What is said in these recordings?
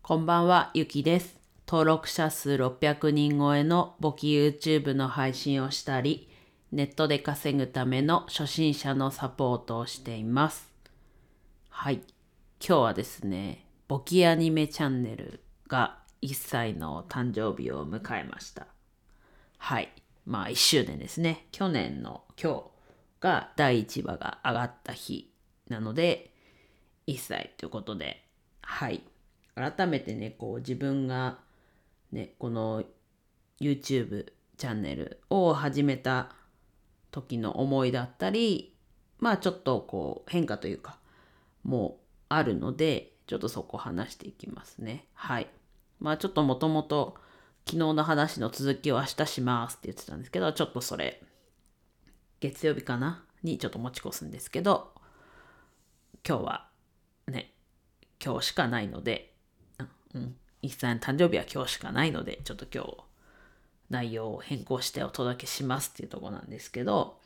こんばんは、ゆきです。登録者数600人超えの簿記 YouTube の配信をしたり、ネットで稼ぐための初心者のサポートをしています。はい。今日はですね、簿記アニメチャンネルが1歳の誕生日を迎えました。はい。1周年ですね。去年の今日が第1話が上がった日なので、1歳ということで、はい。改めてね、自分がね、この YouTube チャンネルを始めた時の思いだったり、ちょっと変化というか、もうあるので、ちょっとそこ話していきますね。はい。ちょっともともと昨日の話の続きを明日しますって言ってたんですけど、ちょっとそれ、月曜日かなにちょっと持ち越すんですけど、今日はね、今日しかないので、1歳の誕生日は今日しかないので、ちょっと今日内容を変更してお届けしますっていうところなんですけど、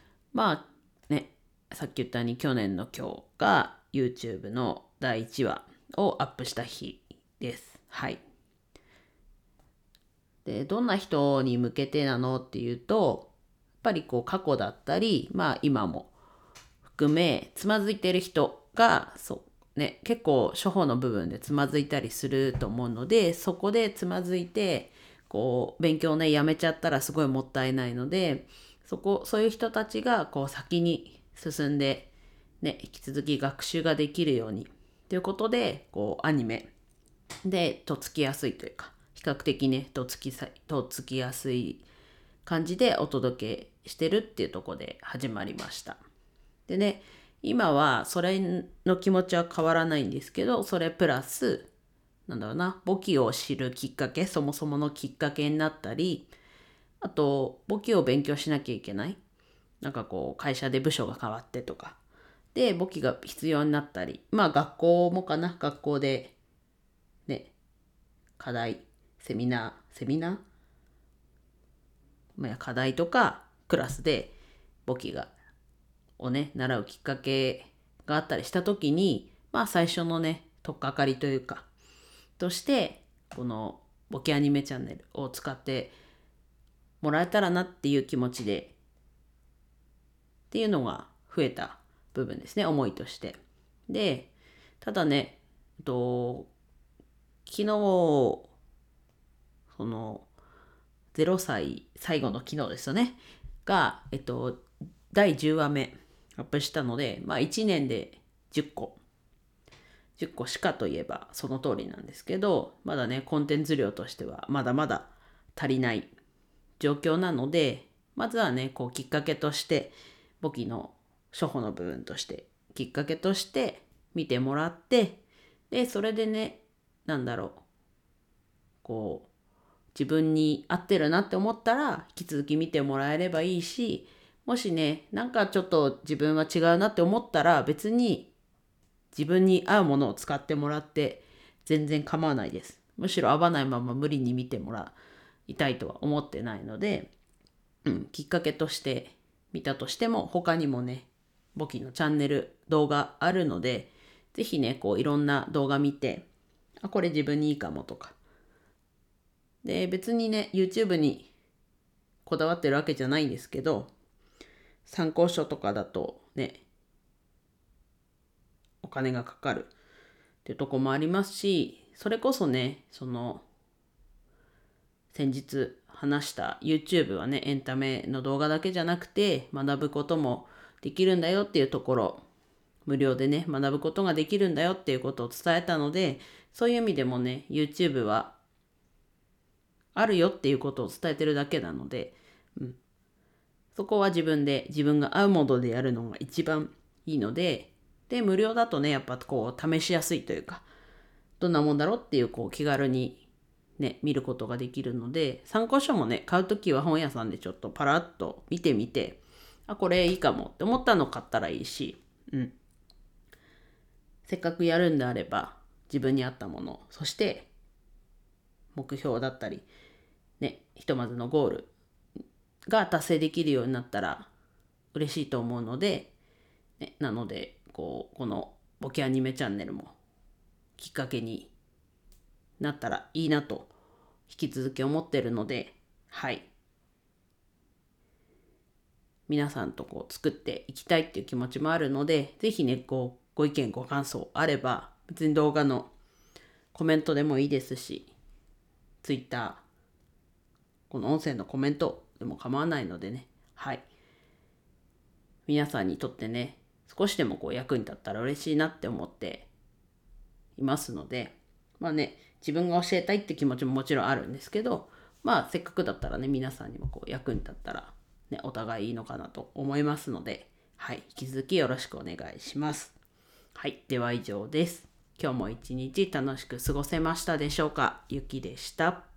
さっき言ったように去年の今日が YouTube の第1話をアップした日です。はい。で、どんな人に向けてなのっていうと、やっぱり過去だったり、今も含め、つまずいてる人が、結構初歩の部分でつまずいたりすると思うので、そこでつまずいて、勉強ね、やめちゃったらすごいもったいないので、そういう人たちが先に進んで、ね、引き続き学習ができるように、ということで、アニメでとっつきやすいというか、比較的ね、とっつきやすい感じでお届けしてるっていうところで始まりました。でね、今はそれの気持ちは変わらないんですけど、それプラス、簿記を知るきっかけ、そもそものきっかけになったり、あと、簿記を勉強しなきゃいけない。会社で部署が変わってとか。で、簿記が必要になったり、学校もかな、学校で、ね、課題、セミナー課題とか、クラスで簿記をね、習うきっかけがあったりしたときに、最初のね、取っかかりというか、として、この簿記アニメチャンネルを使ってもらえたらなっていう気持ちで、っていうのが増えた部分ですね、思いとして。で、ただね、昨日、その、0歳最後の昨日ですよね、が、第10話目アップしたので、1年で10個。10個しかといえばその通りなんですけど、まだね、コンテンツ量としてはまだまだ足りない状況なので、まずはね、きっかけとして、簿記の初歩の部分として、きっかけとして見てもらって、で、それでね、なんだろう、自分に合ってるなって思ったら、引き続き見てもらえればいいし、もしね、ちょっと自分は違うなって思ったら、別に自分に合うものを使ってもらって全然構わないです。むしろ合わないまま無理に見てもらいたいとは思ってないので、きっかけとして見たとしても、他にもね、簿記のチャンネル、動画あるので、ぜひね、いろんな動画見て、これ自分にいいかもとか。で、別にね、YouTube にこだわってるわけじゃないんですけど、参考書とかだとね、お金がかかるっていうとこもありますし、それこそね、先日話した YouTube はね、エンタメの動画だけじゃなくて、学ぶこともできるんだよっていうところ、無料でね、学ぶことができるんだよっていうことを伝えたので、そういう意味でもね、YouTube はあるよっていうことを伝えてるだけなので、そこは自分が合うものでやるのが一番いいので、で、無料だとね、やっぱ試しやすいというか、どんなもんだろうっていう気軽にね、見ることができるので、参考書もね、買うときは本屋さんでちょっとパラッと見てみて、これいいかもって思ったの買ったらいいし、せっかくやるんであれば、自分に合ったもの、そして目標だったり、ね、ひとまずのゴールが達成できるようになったら嬉しいと思うので、なので、この簿記アニメチャンネルもきっかけになったらいいなと引き続き思ってるので、皆さんと作っていきたいっていう気持ちもあるので、ぜひね、ご意見ご感想あれば、別に動画のコメントでもいいですし、Twitter、この音声のコメントでも構わないのでね、皆さんにとってね、少しでも役に立ったら嬉しいなって思っていますので、自分が教えたいって気持ちももちろんあるんですけど、せっかくだったらね、皆さんにも役に立ったらね、お互いいいのかなと思いますので、引き続きよろしくお願いします。では以上です。今日も一日楽しく過ごせましたでしょうか。ゆきでした。